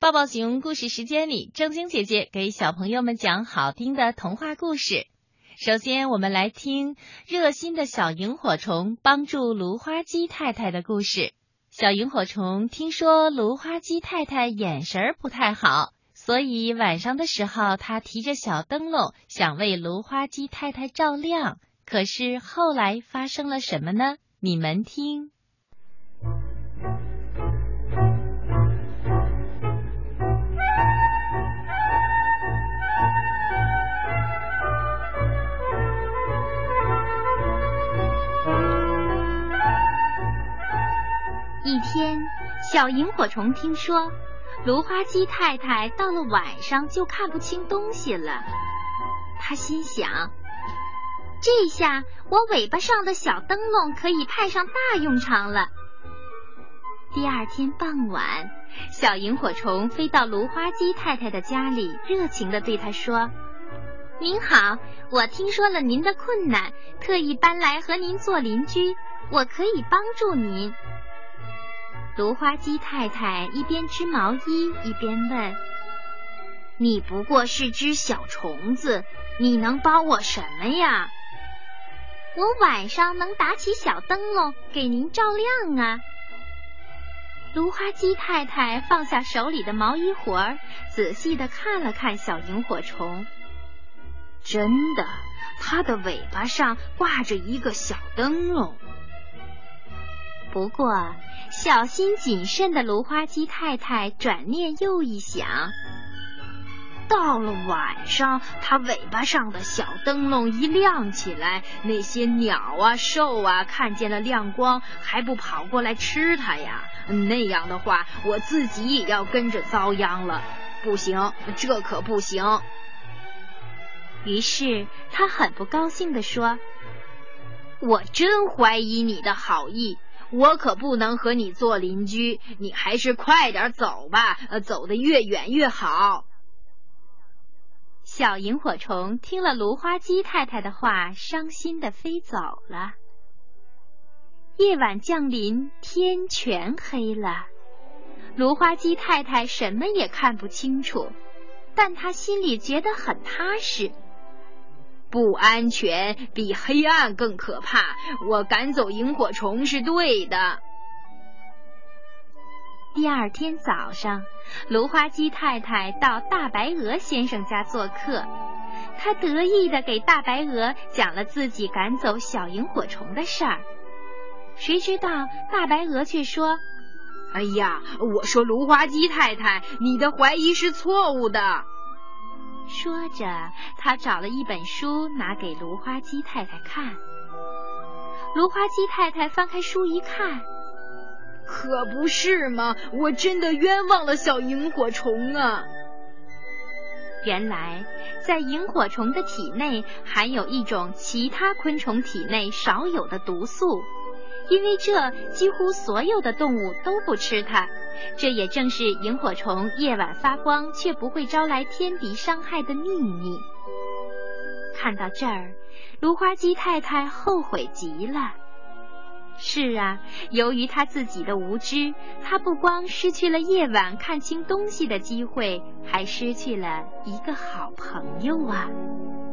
抱抱熊故事时间里，正晶姐姐给小朋友们讲好听的童话故事。首先我们来听热心的小萤火虫帮助芦花鸡太太的故事。小萤火虫听说芦花鸡太太眼神不太好，所以晚上的时候她提着小灯笼想为芦花鸡太太照亮。可是后来发生了什么呢？你们听。 一天，小萤火虫听说芦花鸡太太到了晚上就看不清东西了。他心想，这下我尾巴上的小灯笼可以派上大用场了。第二天傍晚，小萤火虫飞到芦花鸡太太的家里，热情地对她说，您好，我听说了您的困难，特意搬来和您做邻居，我可以帮助您。芦花鸡太太一边织毛衣一边问，你不过是只小虫子，你能帮我什么呀？我晚上能打起小灯笼给您照亮啊。芦花鸡太太放下手里的毛衣活儿，仔细地看了看小萤火虫。真的，它的尾巴上挂着一个小灯笼。不过小心谨慎的芦花鸡太太转念又一想，到了晚上，它尾巴上的小灯笼一亮起来，那些鸟啊兽啊看见了亮光，还不跑过来吃它呀？那样的话，我自己也要跟着遭殃了。不行，这可不行。于是他很不高兴地说，我真怀疑你的好意，我可不能和你做邻居，你还是快点走吧，走得越远越好。小萤火虫听了芦花鸡太太的话，伤心地飞走了。夜晚降临，天全黑了，芦花鸡太太什么也看不清楚，但她心里觉得很踏实。不安全比黑暗更可怕，我赶走萤火虫是对的。第二天早上，芦花鸡太太到大白鹅先生家做客，她得意地给大白鹅讲了自己赶走小萤火虫的事儿。谁知道大白鹅却说，哎呀，我说芦花鸡太太，你的怀疑是错误的。说着，他找了一本书拿给芦花鸡太太看。芦花鸡太太翻开书一看，可不是吗？我真的冤枉了小萤火虫啊！原来在萤火虫的体内含有一种其他昆虫体内少有的毒素，因为这几乎所有的动物都不吃它。这也正是萤火虫夜晚发光却不会招来天敌伤害的秘密。看到这儿，芦花鸡太太后悔极了。是啊，由于她自己的无知，她不光失去了夜晚看清东西的机会，还失去了一个好朋友啊。